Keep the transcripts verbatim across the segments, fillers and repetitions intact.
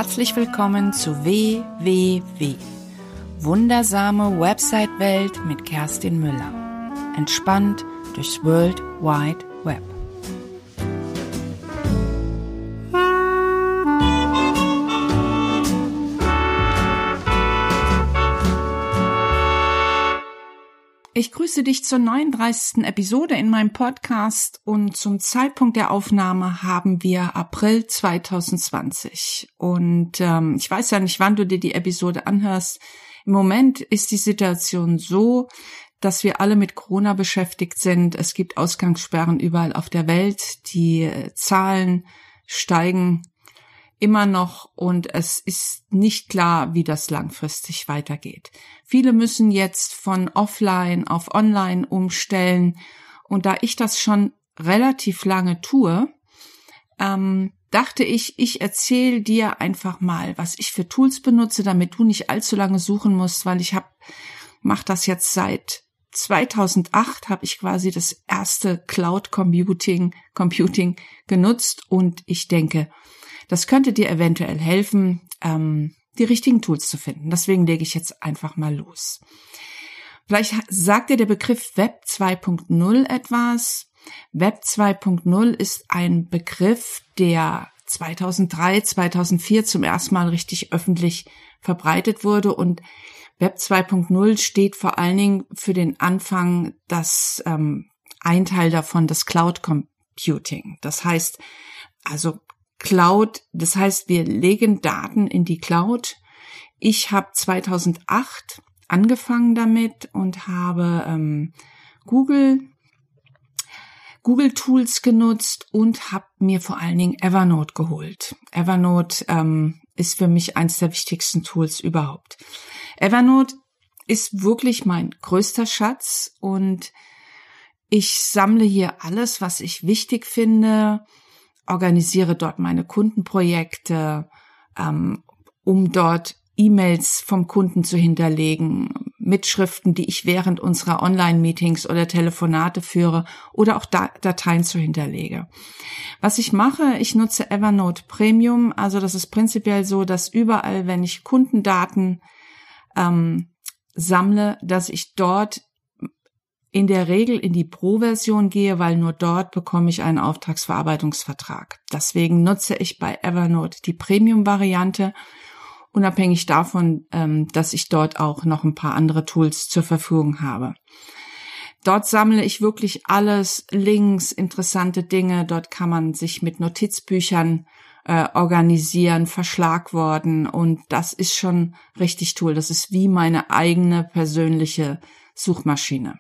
Herzlich willkommen zu W W W. Wundersame Website-Welt mit Kerstin Müller. Entspannt durchs World Wide Web. Ich grüße dich zur neununddreißigsten Episode in meinem Podcast und zum Zeitpunkt der Aufnahme haben wir April zwanzig zwanzig. Und ähm, ich weiß ja nicht, wann du dir die Episode anhörst. Im Moment ist die Situation so, dass wir alle mit Corona beschäftigt sind. Es gibt Ausgangssperren überall auf der Welt. Die Zahlen steigen immer noch und es ist nicht klar, wie das langfristig weitergeht. Viele müssen jetzt von offline auf online umstellen und da ich das schon relativ lange tue, ähm, dachte ich, ich erzähle dir einfach mal, was ich für Tools benutze, damit du nicht allzu lange suchen musst, weil ich habe mache das jetzt seit zweitausendacht, habe ich quasi das erste Cloud Computing Computing genutzt und ich denke, das könnte dir eventuell helfen, ähm, die richtigen Tools zu finden. Deswegen lege ich jetzt einfach mal los. Vielleicht sagt dir der Begriff Web zwei Punkt null etwas. Web zwei Punkt null ist ein Begriff, der zweitausenddrei, zweitausendvier zum ersten Mal richtig öffentlich verbreitet wurde. Und Web zwei Punkt null steht vor allen Dingen für den Anfang, dass ähm, ein Teil davon das Cloud Computing. Das heißt, also Cloud, das heißt, wir legen Daten in die Cloud. Ich habe zweitausendacht angefangen damit und habe ähm, Google Google Tools genutzt und habe mir vor allen Dingen Evernote geholt. Evernote ähm, ist für mich eines der wichtigsten Tools überhaupt. Evernote ist wirklich mein größter Schatz und ich sammle hier alles, was ich wichtig finde, organisiere dort meine Kundenprojekte, ähm, um dort E-Mails vom Kunden zu hinterlegen, Mitschriften, die ich während unserer Online-Meetings oder Telefonate führe oder auch da- Dateien zu hinterlege. Was ich mache, ich nutze Evernote Premium, also das ist prinzipiell so, dass überall, wenn ich Kundendaten ähm, sammle, dass ich dort in der Regel in die Pro-Version gehe, weil nur dort bekomme ich einen Auftragsverarbeitungsvertrag. Deswegen nutze ich bei Evernote die Premium-Variante, unabhängig davon, dass ich dort auch noch ein paar andere Tools zur Verfügung habe. Dort sammle ich wirklich alles, Links, interessante Dinge. Dort kann man sich mit Notizbüchern äh, organisieren, verschlagworten und das ist schon richtig toll. Das ist wie meine eigene persönliche Suchmaschine.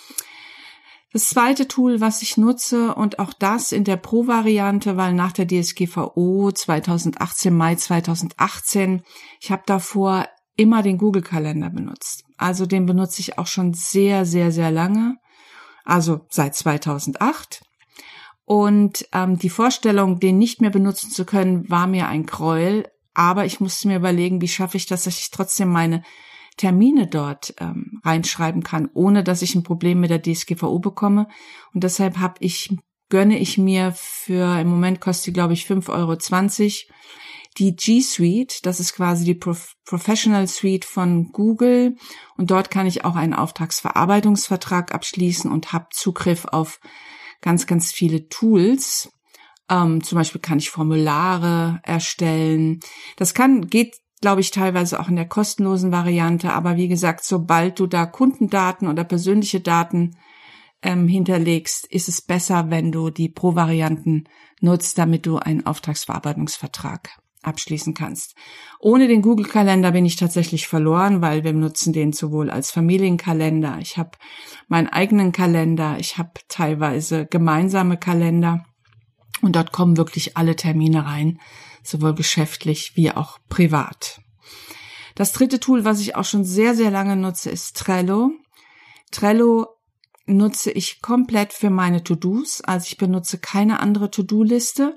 Das zweite Tool, was ich nutze, und auch das in der Pro-Variante, weil nach der D S G V O zweitausendachtzehn, Mai zweitausendachtzehn, ich habe davor immer den Google-Kalender benutzt. Also den benutze ich auch schon sehr, sehr, sehr lange, also seit zweitausendacht. Und ähm, die Vorstellung, den nicht mehr benutzen zu können, war mir ein Gräuel, aber ich musste mir überlegen, wie schaffe ich das, dass ich trotzdem meine Termine dort ähm, reinschreiben kann, ohne dass ich ein Problem mit der D S G V O bekomme. Und deshalb habe ich, gönne ich mir für, im Moment kostet die, glaube ich, fünf Euro zwanzig, die G Suite. Das ist quasi die Prof- Professional Suite von Google. Und dort kann ich auch einen Auftragsverarbeitungsvertrag abschließen und habe Zugriff auf ganz, ganz viele Tools. Ähm, zum Beispiel kann ich Formulare erstellen. Das kann, geht glaube ich, teilweise auch in der kostenlosen Variante. Aber wie gesagt, sobald du da Kundendaten oder persönliche Daten ähm, hinterlegst, ist es besser, wenn du die Pro-Varianten nutzt, damit du einen Auftragsverarbeitungsvertrag abschließen kannst. Ohne den Google-Kalender bin ich tatsächlich verloren, weil wir nutzen den sowohl als Familienkalender, ich habe meinen eigenen Kalender, ich habe teilweise gemeinsame Kalender und dort kommen wirklich alle Termine rein, sowohl geschäftlich wie auch privat. Das dritte Tool, was ich auch schon sehr, sehr lange nutze, ist Trello. Trello nutze ich komplett für meine To-Dos, also ich benutze keine andere To-Do-Liste,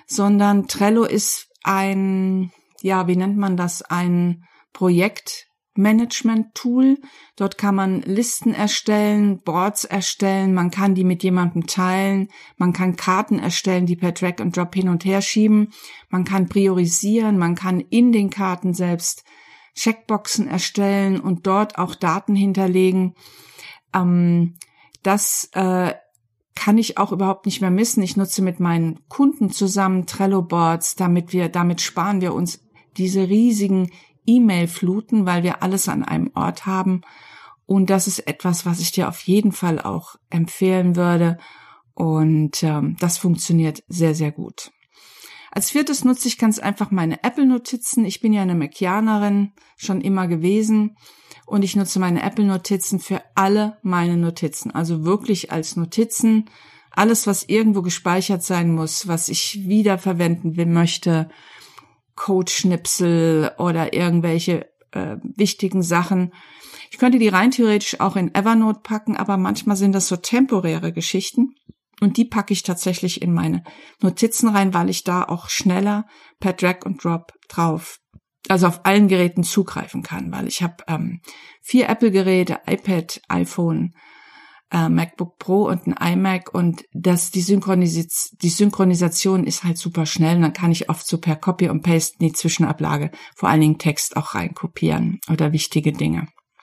sondern Trello ist ein, ja, wie nennt man das, ein Projekt Management-Tool. Dort kann man Listen erstellen, Boards erstellen, man kann die mit jemandem teilen, man kann Karten erstellen, die per Drag and Drop hin und her schieben, man kann priorisieren, man kann in den Karten selbst Checkboxen erstellen und dort auch Daten hinterlegen. Ähm, das äh, kann ich auch überhaupt nicht mehr missen. Ich nutze mit meinen Kunden zusammen Trello-Boards, damit wir, damit sparen wir uns diese riesigen E-Mail-Fluten, weil wir alles an einem Ort haben. Und das ist etwas, was ich dir auf jeden Fall auch empfehlen würde. Und ähm, das funktioniert sehr, sehr gut. Als viertes nutze ich ganz einfach meine Apple-Notizen. Ich bin ja eine Macianerin, schon immer gewesen. Und ich nutze meine Apple-Notizen für alle meine Notizen. Also wirklich als Notizen. Alles, was irgendwo gespeichert sein muss, was ich wiederverwenden will, möchte, Codeschnipsel oder irgendwelche äh, wichtigen Sachen. Ich könnte die rein theoretisch auch in Evernote packen, aber manchmal sind das so temporäre Geschichten und die packe ich tatsächlich in meine Notizen rein, weil ich da auch schneller per Drag and Drop drauf, also auf allen Geräten zugreifen kann, weil ich habe ähm, vier Apple-Geräte, iPad, iPhone, Äh, MacBook Pro und ein iMac und das die, Synchronis- die Synchronisation ist halt super schnell und dann kann ich oft so per Copy und Paste in die Zwischenablage vor allen Dingen Text auch reinkopieren oder wichtige Dinge.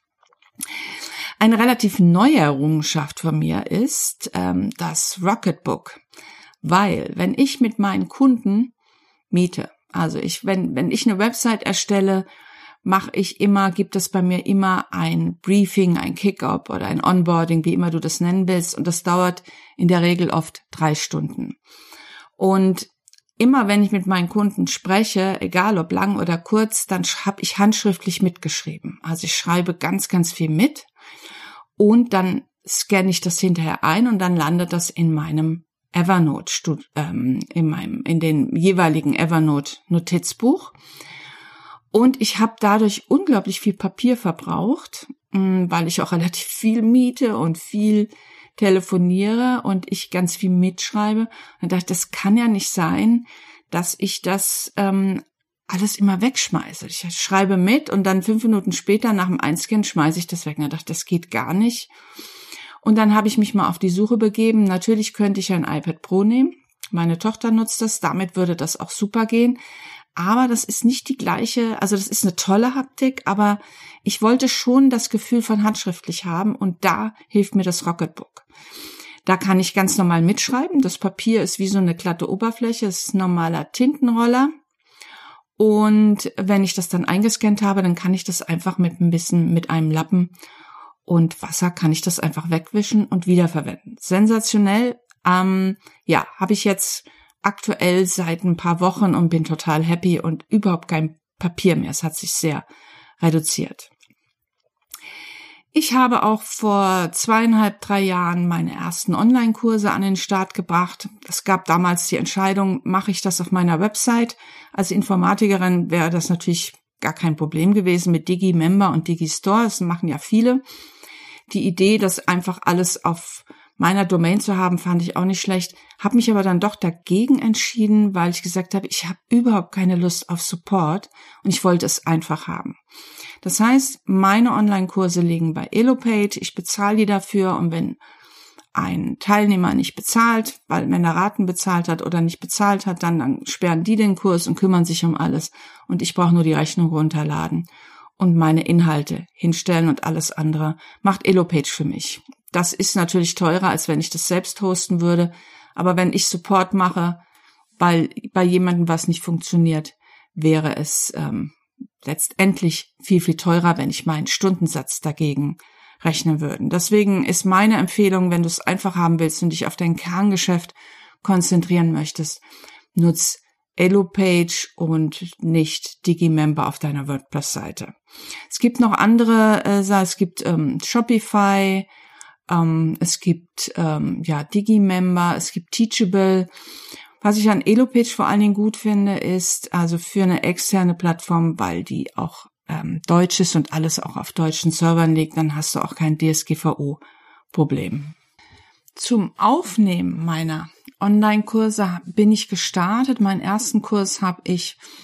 Eine relativ neue Errungenschaft von mir ist ähm, das Rocketbook, weil wenn ich mit meinen Kunden miete, also ich wenn wenn ich eine Website erstelle, mache ich immer, gibt es bei mir immer ein Briefing, ein Kick-Off oder ein Onboarding, wie immer du das nennen willst. Und das dauert in der Regel oft drei Stunden. Und immer wenn ich mit meinen Kunden spreche, egal ob lang oder kurz, dann habe ich handschriftlich mitgeschrieben. Also ich schreibe ganz, ganz viel mit und dann scanne ich das hinterher ein und dann landet das in meinem Evernote, ähm, in meinem, in den jeweiligen Evernote-Notizbuch. Und ich habe dadurch unglaublich viel Papier verbraucht, weil ich auch relativ viel miete und viel telefoniere und ich ganz viel mitschreibe. Und dachte, das kann ja nicht sein, dass ich das ähm, alles immer wegschmeiße. Ich schreibe mit und dann fünf Minuten später nach dem Einscannen schmeiße ich das weg. Und ich dachte, das geht gar nicht. Und dann habe ich mich mal auf die Suche begeben. Natürlich könnte ich ein iPad Pro nehmen. Meine Tochter nutzt das, damit würde das auch super gehen. Aber das ist nicht die gleiche, also das ist eine tolle Haptik, aber ich wollte schon das Gefühl von handschriftlich haben und da hilft mir das Rocketbook. Da kann ich ganz normal mitschreiben. Das Papier ist wie so eine glatte Oberfläche, es ist ein normaler Tintenroller. Und wenn ich das dann eingescannt habe, dann kann ich das einfach mit ein bisschen, mit einem Lappen und Wasser kann ich das einfach wegwischen und wiederverwenden. Sensationell. Ähm, ja, habe ich jetzt aktuell seit ein paar Wochen und bin total happy und überhaupt kein Papier mehr. Es hat sich sehr reduziert. Ich habe auch vor zweieinhalb, drei Jahren meine ersten Online-Kurse an den Start gebracht. Es gab damals die Entscheidung, mache ich das auf meiner Website? Als Informatikerin wäre das natürlich gar kein Problem gewesen mit Digi-Member und Digi-Store. Das machen ja viele. Die Idee, das einfach alles auf meiner Domain zu haben, fand ich auch nicht schlecht, habe mich aber dann doch dagegen entschieden, weil ich gesagt habe, ich habe überhaupt keine Lust auf Support und ich wollte es einfach haben. Das heißt, meine Online-Kurse liegen bei Elopage, ich bezahle die dafür und wenn ein Teilnehmer nicht bezahlt, weil wenn er Raten bezahlt hat oder nicht bezahlt hat, dann, dann sperren die den Kurs und kümmern sich um alles und ich brauche nur die Rechnung runterladen und meine Inhalte hinstellen und alles andere macht Elopage für mich. Das ist natürlich teurer, als wenn ich das selbst hosten würde. Aber wenn ich Support mache, weil bei jemandem was nicht funktioniert, wäre es ähm, letztendlich viel, viel teurer, wenn ich meinen Stundensatz dagegen rechnen würde. Deswegen ist meine Empfehlung, wenn du es einfach haben willst und dich auf dein Kerngeschäft konzentrieren möchtest, nutz Elopage und nicht Digimember auf deiner WordPress-Seite. Es gibt noch andere, äh, es gibt ähm, Shopify, Um, es gibt ähm, ja Digimember, es gibt Teachable. Was ich an Elopage vor allen Dingen gut finde, ist also für eine externe Plattform, weil die auch ähm, Deutsch ist und alles auch auf deutschen Servern liegt, dann hast du auch kein D S G V O-Problem. Zum Aufnehmen meiner Online-Kurse bin ich gestartet. Meinen ersten Kurs habe ich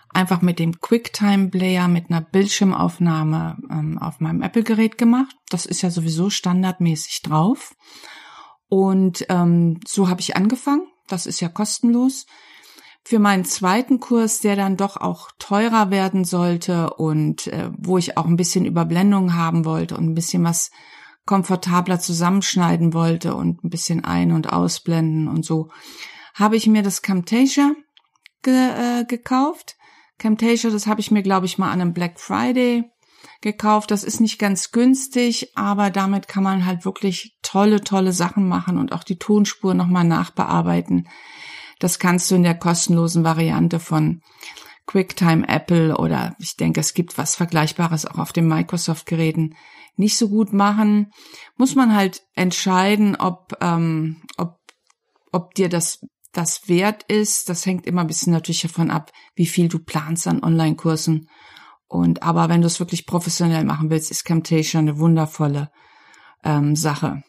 einfach mit dem QuickTime-Player mit einer Bildschirmaufnahme ähm, auf meinem Apple-Gerät gemacht. Das ist ja sowieso standardmäßig drauf. Und ähm, so habe ich angefangen. Das ist ja kostenlos. Für meinen zweiten Kurs, der dann doch auch teurer werden sollte und äh, wo ich auch ein bisschen Überblendung haben wollte und ein bisschen was komfortabler zusammenschneiden wollte und ein bisschen ein- und ausblenden und so, habe ich mir das Camtasia ge- äh, gekauft. Camtasia, das habe ich mir, glaube ich, mal an einem Black Friday gekauft. Das ist nicht ganz günstig, aber damit kann man halt wirklich tolle, tolle Sachen machen und auch die Tonspur nochmal nachbearbeiten. Das kannst du in der kostenlosen Variante von QuickTime Apple oder ich denke, es gibt was Vergleichbares auch auf den Microsoft-Geräten nicht so gut machen. Muss man halt entscheiden, ob ähm, ob ob dir das das wert ist. Das hängt immer ein bisschen natürlich davon ab, wie viel du planst an Online-Kursen. Und aber wenn du es wirklich professionell machen willst, ist Camtasia eine wundervolle ähm, Sache.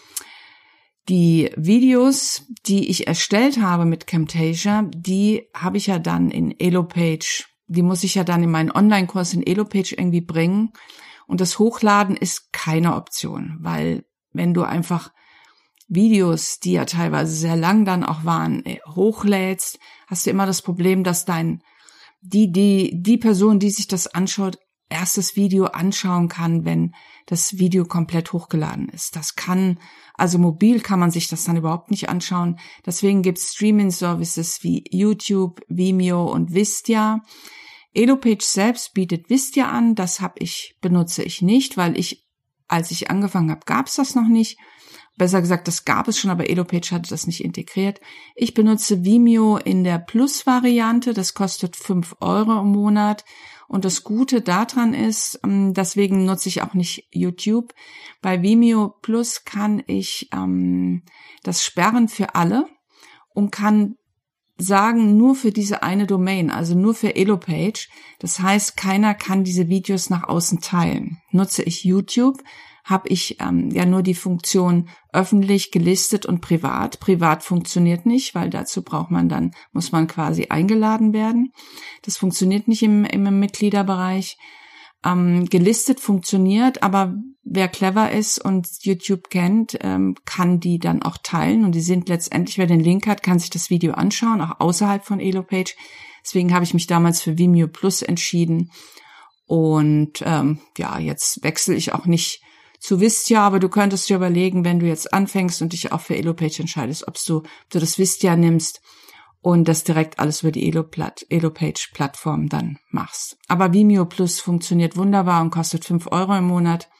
Die Videos, die ich erstellt habe mit Camtasia, die habe ich ja dann in Elopage, die muss ich ja dann in meinen Online-Kurs in Elopage irgendwie bringen. Und das Hochladen ist keine Option, weil wenn du einfach Videos, die ja teilweise sehr lang dann auch waren, hochlädst, hast du immer das Problem, dass dein die die die Person, die sich das anschaut, erst das Video anschauen kann, wenn das Video komplett hochgeladen ist. Das kann, also mobil kann man sich das dann überhaupt nicht anschauen. Deswegen gibt es Streaming-Services wie YouTube, Vimeo und Wistia. Elopage selbst bietet Wistia an. Das habe ich, benutze ich nicht, weil ich, als ich angefangen habe, gab es das noch nicht. Besser gesagt, das gab es schon, aber Elopage hatte das nicht integriert. Ich benutze Vimeo in der Plus-Variante. Das kostet fünf Euro im Monat. Und das Gute daran ist, deswegen nutze ich auch nicht YouTube. Bei Vimeo Plus kann ich ähm, das sperren für alle und kann sagen, nur für diese eine Domain, also nur für Elopage. Das heißt, keiner kann diese Videos nach außen teilen. Nutze ich YouTube, habe ich ähm, ja nur die Funktion öffentlich, gelistet und privat. Privat funktioniert nicht, weil dazu braucht man dann, muss man quasi eingeladen werden. Das funktioniert nicht im, im Mitgliederbereich. Ähm, gelistet funktioniert, aber wer clever ist und YouTube kennt, ähm, kann die dann auch teilen. Und die sind letztendlich, wer den Link hat, kann sich das Video anschauen, auch außerhalb von Elopage. Deswegen habe ich mich damals für Vimeo Plus entschieden. Und ähm, ja, jetzt wechsle ich auch nicht zu Wistia, aber du könntest dir überlegen, wenn du jetzt anfängst und dich auch für Elopage entscheidest, ob du, ob du das Wistia nimmst und das direkt alles über die Elopage-Plattform dann machst. Aber Vimeo Plus funktioniert wunderbar und kostet fünf Euro im Monat.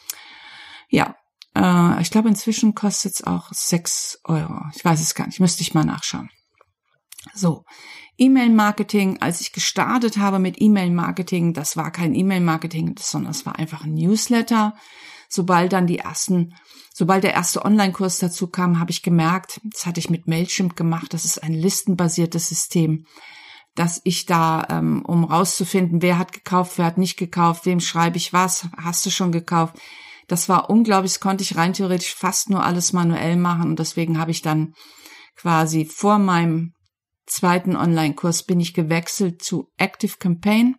Ja, äh, ich glaube, inzwischen kostet es auch sechs Euro. Ich weiß es gar nicht, müsste ich mal nachschauen. So, E-Mail-Marketing, als ich gestartet habe mit E-Mail-Marketing, das war kein E-Mail-Marketing, sondern es war einfach ein Newsletter. Sobald dann die ersten, sobald der erste Online-Kurs dazu kam, habe ich gemerkt, das hatte ich mit Mailchimp gemacht, das ist ein listenbasiertes System, dass ich da, ähm, um rauszufinden, wer hat gekauft, wer hat nicht gekauft, wem schreibe ich was, hast du schon gekauft, das war unglaublich, das konnte ich rein theoretisch fast nur alles manuell machen und deswegen habe ich dann quasi vor meinem zweiten Online-Kurs bin ich gewechselt zu Active Campaign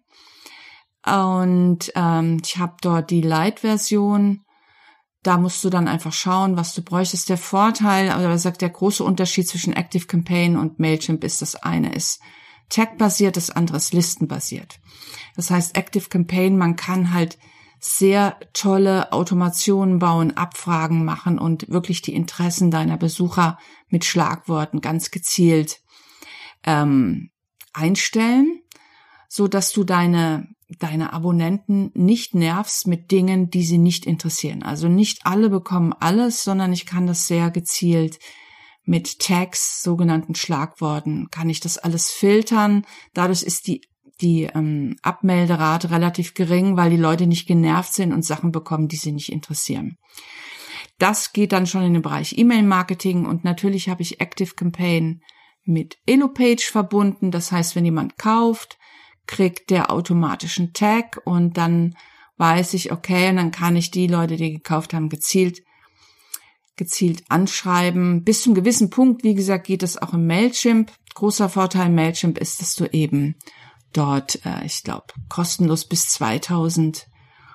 und ähm, ich habe dort die Lite-Version. Da musst du dann einfach schauen, was du bräuchtest. Der Vorteil, aber er sagt, der große Unterschied zwischen Active Campaign und Mailchimp ist, das eine ist Tag-basiert, das andere ist listenbasiert. Das heißt, Active Campaign, man kann halt sehr tolle Automationen bauen, Abfragen machen und wirklich die Interessen deiner Besucher mit Schlagworten ganz gezielt ähm, einstellen, so dass du deine deine Abonnenten nicht nervst mit Dingen, die sie nicht interessieren. Also nicht alle bekommen alles, sondern ich kann das sehr gezielt mit Tags, sogenannten Schlagworten, kann ich das alles filtern. Dadurch ist die die ähm, Abmelderate relativ gering, weil die Leute nicht genervt sind und Sachen bekommen, die sie nicht interessieren. Das geht dann schon in den Bereich E-Mail-Marketing und natürlich habe ich Active Campaign mit Elopage verbunden. Das heißt, wenn jemand kauft, kriegt der automatischen Tag und dann weiß ich, okay, und dann kann ich die Leute, die gekauft haben, gezielt gezielt anschreiben. Bis zum gewissen Punkt, wie gesagt, geht das auch im Mailchimp. Großer Vorteil Mailchimp ist, dass du eben dort, äh, ich glaube, kostenlos bis zweitausend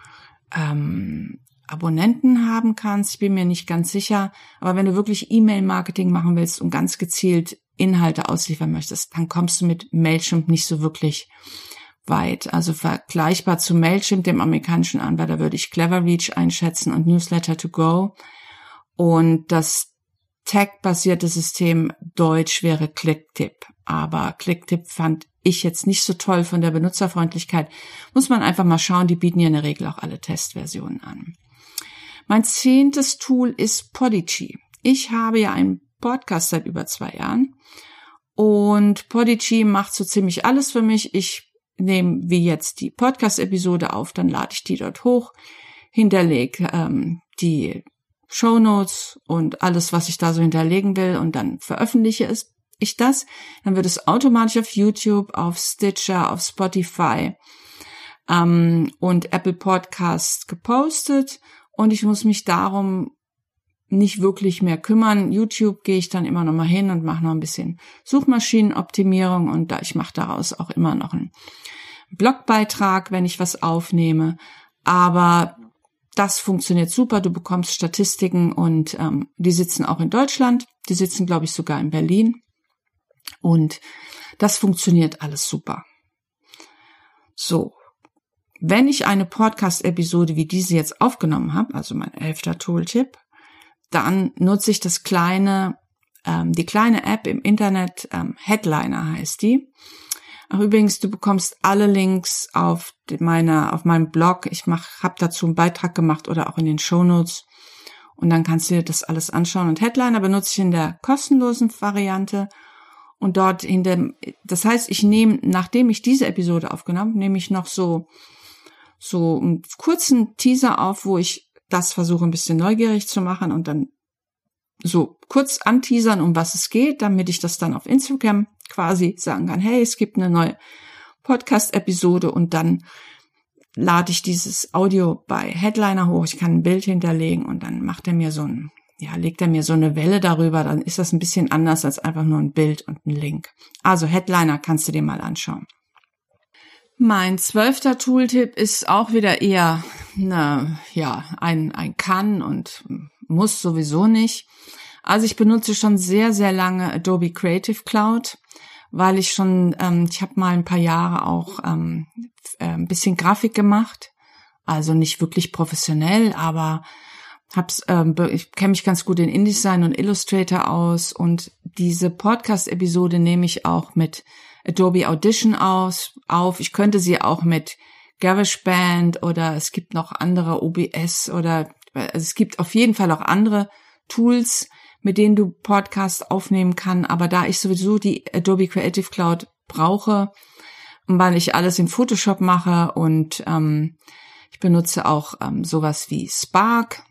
ähm, Abonnenten haben kannst. Ich bin mir nicht ganz sicher. Aber wenn du wirklich E-Mail-Marketing machen willst und ganz gezielt Inhalte ausliefern möchtest, dann kommst du mit Mailchimp nicht so wirklich weit. Also vergleichbar zu Mailchimp, dem amerikanischen Anbieter, würde ich Cleverreach einschätzen und Newsletter to go. Und das Tag-basierte System Deutsch wäre Clicktip. Aber Clicktip fand ich jetzt nicht so toll von der Benutzerfreundlichkeit. Muss man einfach mal schauen, die bieten ja in der Regel auch alle Testversionen an. Mein zehntes Tool ist Podigy. Ich habe ja einen Podcast seit über zwei Jahren und Podigy macht so ziemlich alles für mich. Ich nehme wie jetzt die Podcast-Episode auf, dann lade ich die dort hoch, hinterlege ähm, die Shownotes und alles, was ich da so hinterlegen will, und dann veröffentliche es, ich das. Dann wird es automatisch auf YouTube, auf Stitcher, auf Spotify ähm, und Apple Podcast gepostet, und ich muss mich darum nicht wirklich mehr kümmern. YouTube gehe ich dann immer noch mal hin und mache noch ein bisschen Suchmaschinenoptimierung, und da ich mache daraus auch immer noch einen Blogbeitrag, wenn ich was aufnehme. Aber das funktioniert super. Du bekommst Statistiken, und ähm, die sitzen auch in Deutschland. Die sitzen, glaube ich, sogar in Berlin. Und das funktioniert alles super. So, wenn ich eine Podcast-Episode wie diese jetzt aufgenommen habe, also mein elfter Tooltip, dann nutze ich das kleine, ähm, die kleine App im Internet, ähm, Headliner heißt die. Ach, übrigens, du bekommst alle Links auf meiner, auf meinem Blog. Ich mach, habe dazu einen Beitrag gemacht oder auch in den Shownotes. Und dann kannst du dir das alles anschauen. Und Headliner benutze ich in der kostenlosen Variante. Und dort in dem, das heißt, ich nehme, nachdem ich diese Episode aufgenommen, nehme ich noch so, so einen kurzen Teaser auf, wo ich das versuche ein bisschen neugierig zu machen und dann so kurz anteasern, um was es geht, damit ich das dann auf Instagram quasi sagen kann, hey, es gibt eine neue Podcast-Episode, und dann lade ich dieses Audio bei Headliner hoch. Ich kann ein Bild hinterlegen, und dann macht er mir so ein, ja, legt er mir so eine Welle darüber. Dann ist das ein bisschen anders als einfach nur ein Bild und ein Link. Also Headliner kannst du dir mal anschauen. Mein zwölfter Tooltip ist auch wieder eher, na, ja, ein, ein kann und muss sowieso nicht. Also ich benutze schon sehr, sehr lange Adobe Creative Cloud, weil ich schon, ähm, ich habe mal ein paar Jahre auch ähm, ein bisschen Grafik gemacht. Also nicht wirklich professionell, aber hab's, ähm, ich kenne mich ganz gut in InDesign und Illustrator aus, und diese Podcast-Episode nehme ich auch mit Adobe Audition aus, auf. Ich könnte sie auch mit GarageBand, oder es gibt noch andere O B S, oder also es gibt auf jeden Fall auch andere Tools, mit denen du Podcasts aufnehmen kannst. Aber da ich sowieso die Adobe Creative Cloud brauche, weil ich alles in Photoshop mache, und ähm, ich benutze auch ähm, sowas wie Spark.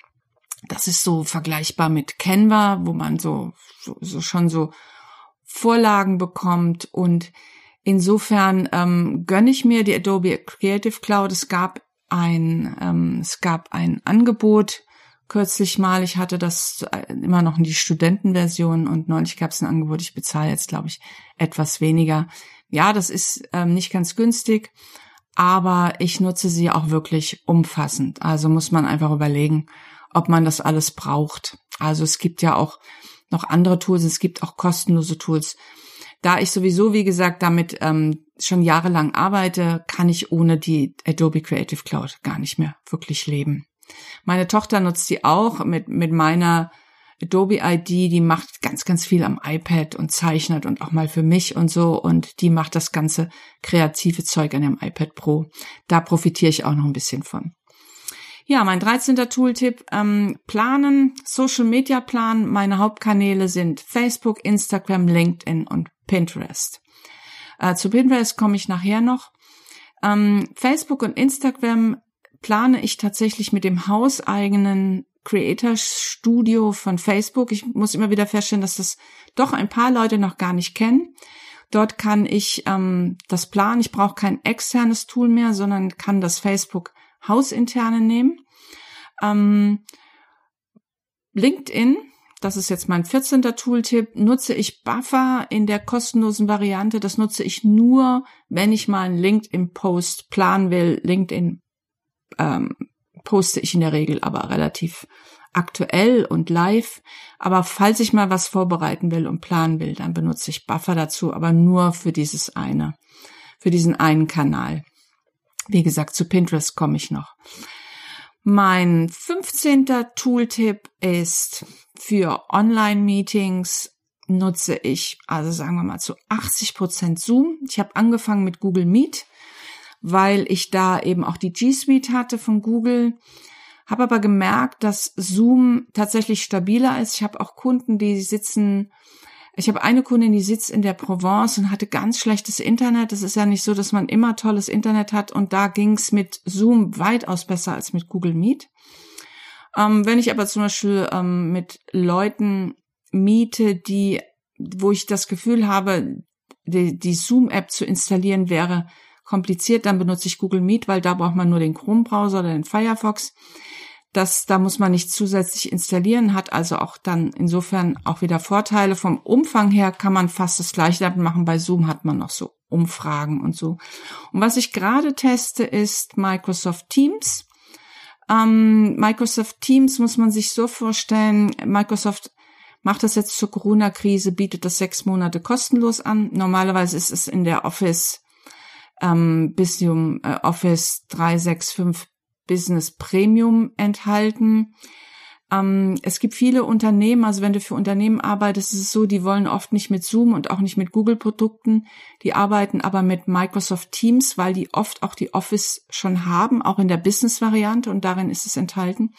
Das ist so vergleichbar mit Canva, wo man so, so, so schon so Vorlagen bekommt, und insofern ähm, gönne ich mir die Adobe Creative Cloud. Es gab ein ähm, es gab ein Angebot kürzlich mal. Ich hatte das immer noch in die Studentenversion, und neulich gab es ein Angebot. Ich bezahle jetzt, glaube ich, etwas weniger. Ja, das ist ähm, nicht ganz günstig, aber ich nutze sie auch wirklich umfassend. Also muss man einfach überlegen, ob man das alles braucht. Also es gibt ja auch noch andere Tools, es gibt auch kostenlose Tools. Da ich sowieso, wie gesagt, damit ähm, schon jahrelang arbeite, kann ich ohne die Adobe Creative Cloud gar nicht mehr wirklich leben. Meine Tochter nutzt die auch mit mit meiner Adobe I D, die macht ganz, ganz viel am iPad und zeichnet und auch mal für mich und so, und die macht das ganze kreative Zeug an dem iPad Pro. Da profitiere ich auch noch ein bisschen von. Ja, mein dreizehnter Tooltip, ähm, planen, Social Media Plan. Meine Hauptkanäle sind Facebook, Instagram, LinkedIn und Pinterest. Äh, zu Pinterest komme ich nachher noch. Ähm, Facebook und Instagram plane ich tatsächlich mit dem hauseigenen Creator Studio von Facebook. Ich muss immer wieder feststellen, dass das doch ein paar Leute noch gar nicht kennen. Dort kann ich ähm, das planen. Ich brauche kein externes Tool mehr, sondern kann das Facebook hausinterne nehmen. Ähm, LinkedIn, das ist jetzt mein vierzehnter Tooltip, nutze ich Buffer in der kostenlosen Variante. Das nutze ich nur, wenn ich mal einen LinkedIn-Post planen will. LinkedIn ähm, poste ich in der Regel aber relativ aktuell und live. Aber falls ich mal was vorbereiten will und planen will, dann benutze ich Buffer dazu, aber nur für dieses eine, für diesen einen Kanal. Wie gesagt, zu Pinterest komme ich noch. Mein fünfzehnter Tooltip ist, für Online-Meetings nutze ich, also sagen wir mal zu achtzig Prozent Zoom. Ich habe angefangen mit Google Meet, weil ich da eben auch die G Suite hatte von Google. Habe aber gemerkt, dass Zoom tatsächlich stabiler ist. Ich habe auch Kunden, die sitzen, ich habe eine Kundin, die sitzt in der Provence und hatte ganz schlechtes Internet. Das ist ja nicht so, dass man immer tolles Internet hat, und da ging's mit Zoom weitaus besser als mit Google Meet. Ähm, wenn ich aber zum Beispiel ähm, mit Leuten miete, die, wo ich das Gefühl habe, die, die Zoom-App zu installieren wäre kompliziert, dann benutze ich Google Meet, weil da braucht man nur den Chrome-Browser oder den Firefox. Das, da muss man nicht zusätzlich installieren, hat also auch dann insofern auch wieder Vorteile. Vom Umfang her kann man fast das Gleiche machen. Bei Zoom hat man noch so Umfragen und so. Und was ich gerade teste, ist Microsoft Teams. Ähm, Microsoft Teams muss man sich so vorstellen, Microsoft macht das jetzt zur Corona-Krise, bietet das sechs Monate kostenlos an. Normalerweise ist es in der Office ähm, bis zum äh, Office drei sechs fünf Business Premium enthalten. Ähm, es gibt viele Unternehmen, also wenn du für Unternehmen arbeitest, ist es so, die wollen oft nicht mit Zoom und auch nicht mit Google-Produkten. Die arbeiten aber mit Microsoft Teams, weil die oft auch die Office schon haben, auch in der Business-Variante, und darin ist es enthalten.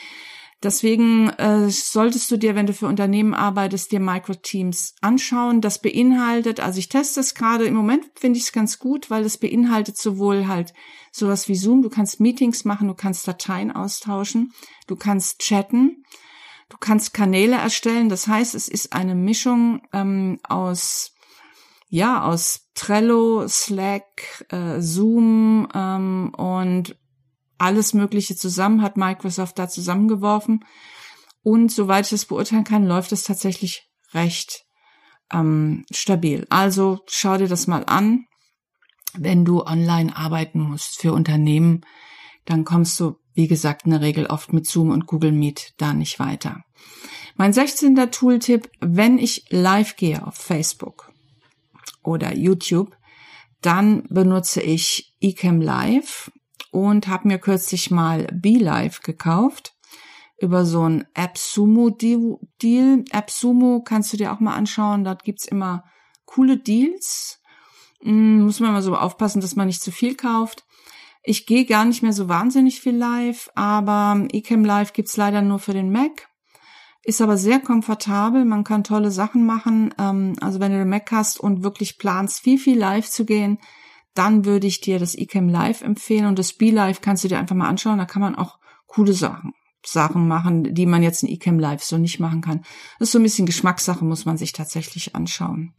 Deswegen äh, solltest du dir, wenn du für Unternehmen arbeitest, dir Microteams anschauen. Das beinhaltet, also ich teste es gerade, im Moment finde ich es ganz gut, weil es beinhaltet sowohl halt sowas wie Zoom, du kannst Meetings machen, du kannst Dateien austauschen, du kannst chatten, du kannst Kanäle erstellen. Das heißt, es ist eine Mischung ähm, aus, ja, aus Trello, Slack, äh, Zoom ähm, und alles Mögliche zusammen hat Microsoft da zusammengeworfen. Und soweit ich das beurteilen kann, läuft es tatsächlich recht ähm, stabil. Also schau dir das mal an. Wenn du online arbeiten musst für Unternehmen, dann kommst du, wie gesagt, in der Regel oft mit Zoom und Google Meet da nicht weiter. Mein sechzehnter Tooltip, wenn ich live gehe auf Facebook oder YouTube, dann benutze ich Ecamm Live. Und habe mir kürzlich mal BeLive gekauft über so ein AppSumo-Deal. AppSumo kannst du dir auch mal anschauen. Dort gibt's immer coole Deals. Hm, muss man mal so aufpassen, dass man nicht zu viel kauft. Ich gehe gar nicht mehr so wahnsinnig viel live, aber Ecamm Live gibt's leider nur für den Mac. Ist aber sehr komfortabel. Man kann tolle Sachen machen. Also wenn du den Mac hast und wirklich planst, viel, viel live zu gehen, dann würde ich dir das Ecamm Live empfehlen, und das BeLive kannst du dir einfach mal anschauen. Da kann man auch coole Sachen, Sachen machen, die man jetzt in Ecamm Live so nicht machen kann. Das ist so ein bisschen Geschmackssache, muss man sich tatsächlich anschauen.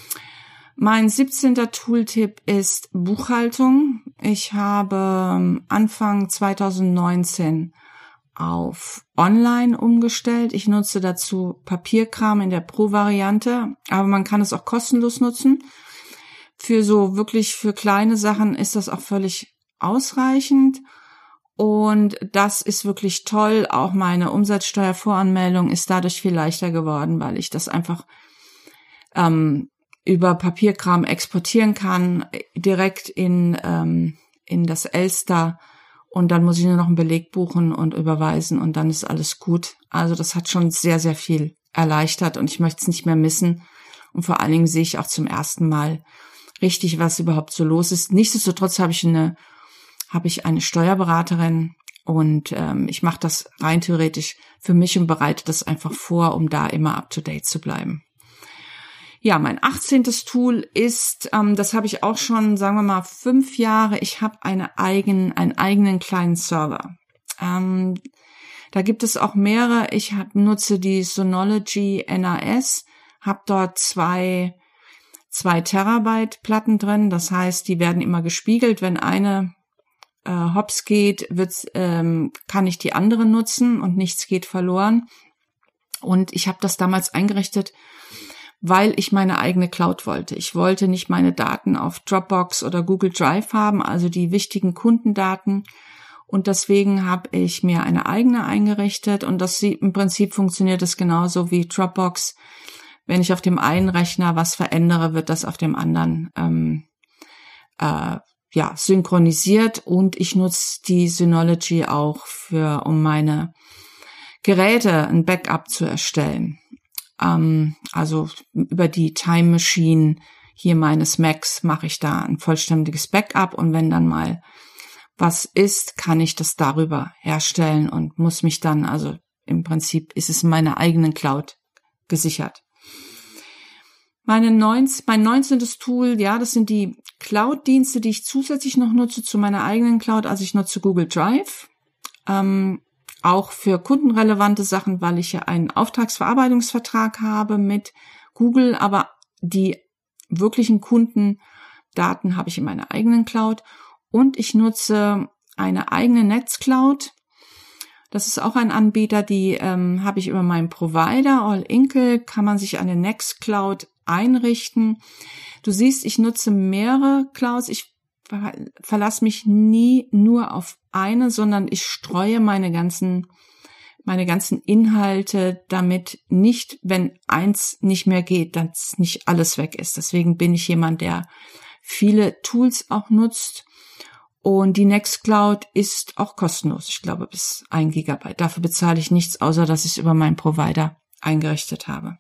Mein siebzehnter Tooltip ist Buchhaltung. Ich habe Anfang zwanzig neunzehn auf Online umgestellt. Ich nutze dazu Papierkram in der Pro-Variante, aber man kann es auch kostenlos nutzen. Für so wirklich für kleine Sachen ist das auch völlig ausreichend, und das ist wirklich toll. Auch meine Umsatzsteuervoranmeldung ist dadurch viel leichter geworden, weil ich das einfach ähm, über Papierkram exportieren kann, direkt in ähm, in das Elster, und dann muss ich nur noch einen Beleg buchen und überweisen, und dann ist alles gut. Also das hat schon sehr, sehr viel erleichtert, und ich möchte es nicht mehr missen, und vor allen Dingen sehe ich auch zum ersten Mal richtig, was überhaupt so los ist. Nichtsdestotrotz habe ich eine, habe ich eine Steuerberaterin, und ähm, ich mache das rein theoretisch für mich und bereite das einfach vor, um da immer up to date zu bleiben. Ja, mein achtzehntes Tool ist, ähm, das habe ich auch schon, sagen wir mal, fünf Jahre. Ich habe eine eigenen, einen eigenen kleinen Server. Ähm, da gibt es auch mehrere. Ich hab, nutze die Synology N A S, habe dort zwei zwei Terabyte Platten drin. Das heißt, die werden immer gespiegelt. Wenn eine äh, hops geht, wird's, ähm, kann ich die andere nutzen und nichts geht verloren. Und ich habe das damals eingerichtet, weil ich meine eigene Cloud wollte. Ich wollte nicht meine Daten auf Dropbox oder Google Drive haben, also die wichtigen Kundendaten. Und deswegen habe ich mir eine eigene eingerichtet. Und das im Prinzip funktioniert es genauso wie Dropbox. Wenn ich auf dem einen Rechner was verändere, wird das auf dem anderen ähm, äh, ja synchronisiert. Und ich nutze die Synology auch für, um meine Geräte ein Backup zu erstellen. Ähm, also über die Time Machine hier meines Macs mache ich da ein vollständiges Backup und wenn dann mal was ist, kann ich das darüber herstellen und muss mich dann, also im Prinzip ist es in meiner eigenen Cloud gesichert. Meine neunzehn, mein neunzehntes Tool, ja, das sind die Cloud-Dienste, die ich zusätzlich noch nutze zu meiner eigenen Cloud. Also ich nutze Google Drive, ähm, auch für kundenrelevante Sachen, weil ich ja einen Auftragsverarbeitungsvertrag habe mit Google, aber die wirklichen Kundendaten habe ich in meiner eigenen Cloud. Und ich nutze eine eigene Nextcloud. Das ist auch ein Anbieter, die ähm, habe ich über meinen Provider. All Inkle kann man sich eine Nextcloud einrichten. Du siehst, ich nutze mehrere Clouds. Ich verlasse mich nie nur auf eine, sondern ich streue meine ganzen, meine ganzen Inhalte, damit nicht, wenn eins nicht mehr geht, dass nicht alles weg ist. Deswegen bin ich jemand, der viele Tools auch nutzt. Und die Nextcloud ist auch kostenlos. Ich glaube, bis ein Gigabyte. Dafür bezahle ich nichts, außer dass ich es über meinen Provider eingerichtet habe.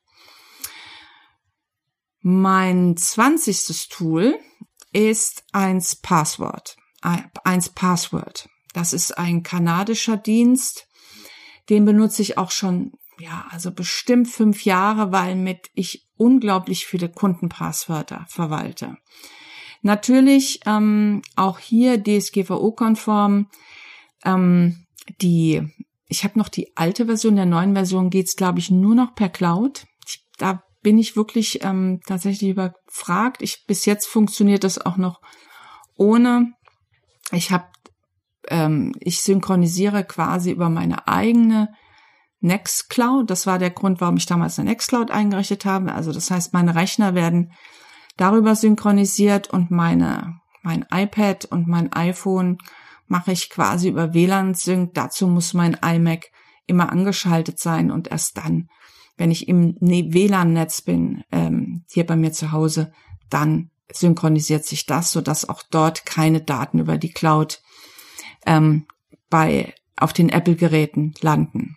Mein zwanzigstes Tool ist eins Password. eins Password. Das ist ein kanadischer Dienst. Den benutze ich auch schon, ja, also bestimmt fünf Jahre, weil mit ich unglaublich viele Kundenpasswörter verwalte. Natürlich ähm, auch hier D S G V O-konform. Ähm, die, ich habe noch die alte Version, der neuen Version geht's, glaube ich, nur noch per Cloud. Ich, da bin ich wirklich ähm, tatsächlich überfragt. Ich, bis jetzt funktioniert das auch noch ohne. Ich habe, ähm, ich synchronisiere quasi über meine eigene Nextcloud. Das war der Grund, warum ich damals eine Nextcloud eingerichtet habe. Also das heißt, meine Rechner werden darüber synchronisiert und meine, mein iPad und mein iPhone mache ich quasi über W L A N-Sync. Dazu muss mein iMac immer angeschaltet sein und erst dann, wenn ich im W L A N-Netz bin, ähm, hier bei mir zu Hause, dann synchronisiert sich das, sodass auch dort keine Daten über die Cloud ähm, bei auf den Apple-Geräten landen.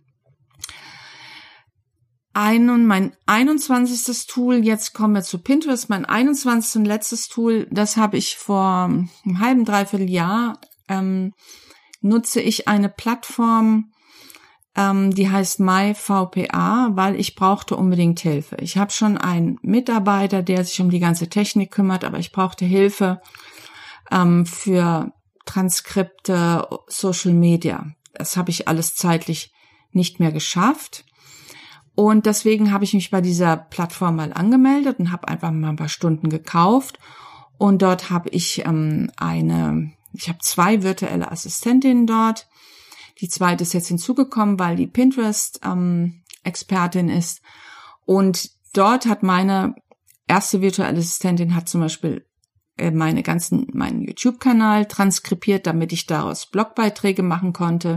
Ein und mein einundzwanzigstes Tool, jetzt kommen wir zu Pinterest, mein einundzwanzigstes und letztes Tool, das habe ich vor einem halben, dreiviertel Jahr, ähm, nutze ich eine Plattform, ähm, die heißt MyVPA, weil ich brauchte unbedingt Hilfe. Ich habe schon einen Mitarbeiter, der sich um die ganze Technik kümmert, aber ich brauchte Hilfe ähm, für Transkripte, Social Media. Das habe ich alles zeitlich nicht mehr geschafft. Und deswegen habe ich mich bei dieser Plattform mal angemeldet und habe einfach mal ein paar Stunden gekauft. Und dort habe ich ähm, eine, ich habe zwei virtuelle Assistentinnen dort. Die zweite ist jetzt hinzugekommen, weil die Pinterest-Expertin ähm, ist. Und dort hat meine erste virtuelle Assistentin hat zum Beispiel äh, meine ganzen, meinen YouTube-Kanal transkribiert, damit ich daraus Blogbeiträge machen konnte.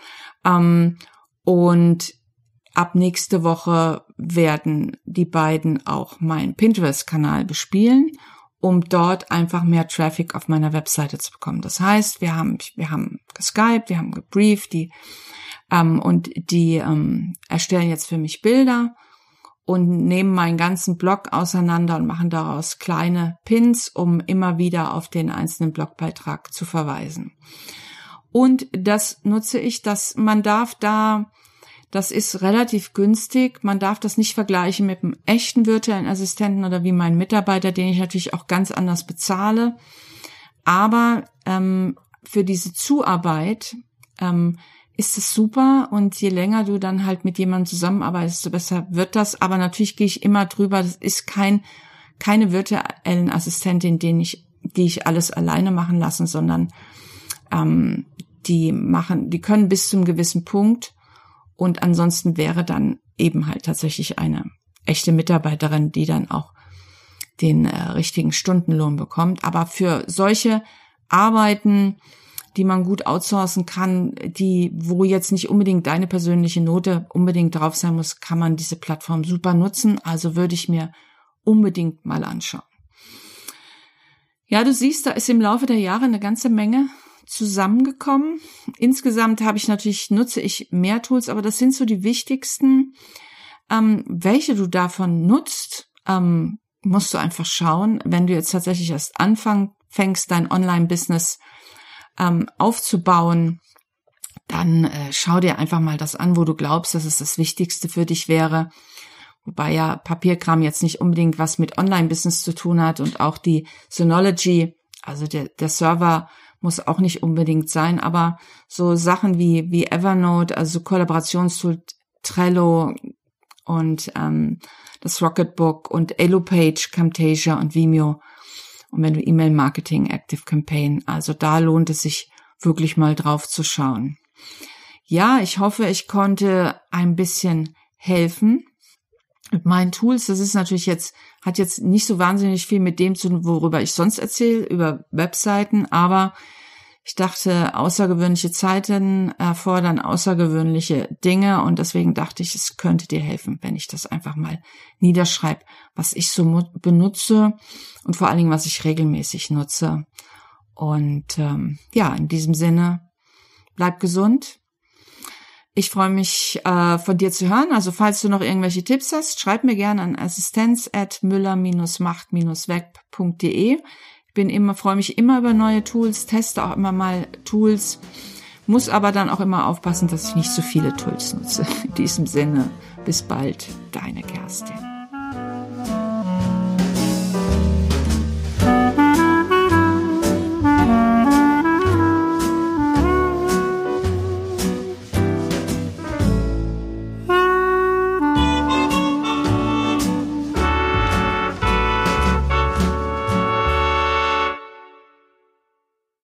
Ähm, und ab nächste Woche werden die beiden auch meinen Pinterest-Kanal bespielen, um dort einfach mehr Traffic auf meiner Webseite zu bekommen. Das heißt, wir haben wir haben geskypt, wir haben gebrieft, die ähm, und die ähm, erstellen jetzt für mich Bilder und nehmen meinen ganzen Blog auseinander und machen daraus kleine Pins, um immer wieder auf den einzelnen Blogbeitrag zu verweisen. Und das nutze ich, dass man darf da Das ist relativ günstig. Man darf das nicht vergleichen mit einem echten virtuellen Assistenten oder wie mein Mitarbeiter, den ich natürlich auch ganz anders bezahle. Aber ähm, für diese Zuarbeit ähm, ist es super. Und je länger du dann halt mit jemandem zusammenarbeitest, desto besser wird das. Aber natürlich gehe ich immer drüber. Das ist kein keine virtuellen Assistentin, den ich, die ich alles alleine machen lassen, sondern ähm, die machen, die können bis zu einem gewissen Punkt. Und ansonsten wäre dann eben halt tatsächlich eine echte Mitarbeiterin, die dann auch den äh, richtigen Stundenlohn bekommt. Aber für solche Arbeiten, die man gut outsourcen kann, die, wo jetzt nicht unbedingt deine persönliche Note unbedingt drauf sein muss, kann man diese Plattform super nutzen. Also würde ich mir unbedingt mal anschauen. Ja, du siehst, da ist im Laufe der Jahre eine ganze Menge zusammengekommen. Insgesamt habe ich natürlich, nutze ich mehr Tools, aber das sind so die wichtigsten. Ähm, welche du davon nutzt, ähm, musst du einfach schauen. Wenn du jetzt tatsächlich erst anfängst, dein Online-Business ähm, aufzubauen, dann äh, schau dir einfach mal das an, wo du glaubst, dass es das Wichtigste für dich wäre. Wobei ja Papierkram jetzt nicht unbedingt was mit Online-Business zu tun hat und auch die Synology, also der, der Server muss auch nicht unbedingt sein, aber so Sachen wie wie Evernote, also Kollaborationstool, Trello und ähm, das Rocketbook und Elopage, Camtasia und Vimeo. Und wenn du E-Mail-Marketing, Active Campaign, also da lohnt es sich wirklich mal drauf zu schauen. Ja, ich hoffe, ich konnte ein bisschen helfen mit meinen Tools. Das ist natürlich jetzt, hat jetzt nicht so wahnsinnig viel mit dem zu tun, worüber ich sonst erzähle, über Webseiten, aber ich dachte, außergewöhnliche Zeiten erfordern außergewöhnliche Dinge und deswegen dachte ich, es könnte dir helfen, wenn ich das einfach mal niederschreibe, was ich so benutze und vor allen Dingen, was ich regelmäßig nutze. Und ähm, ja, in diesem Sinne, bleib gesund. Ich freue mich, äh, von dir zu hören. Also falls du noch irgendwelche Tipps hast, schreib mir gerne an assistenz at müller macht web punkt de. Ich bin immer, freue mich immer über neue Tools, teste auch immer mal Tools, muss aber dann auch immer aufpassen, dass ich nicht so viele Tools nutze. In diesem Sinne, bis bald, deine Kerstin.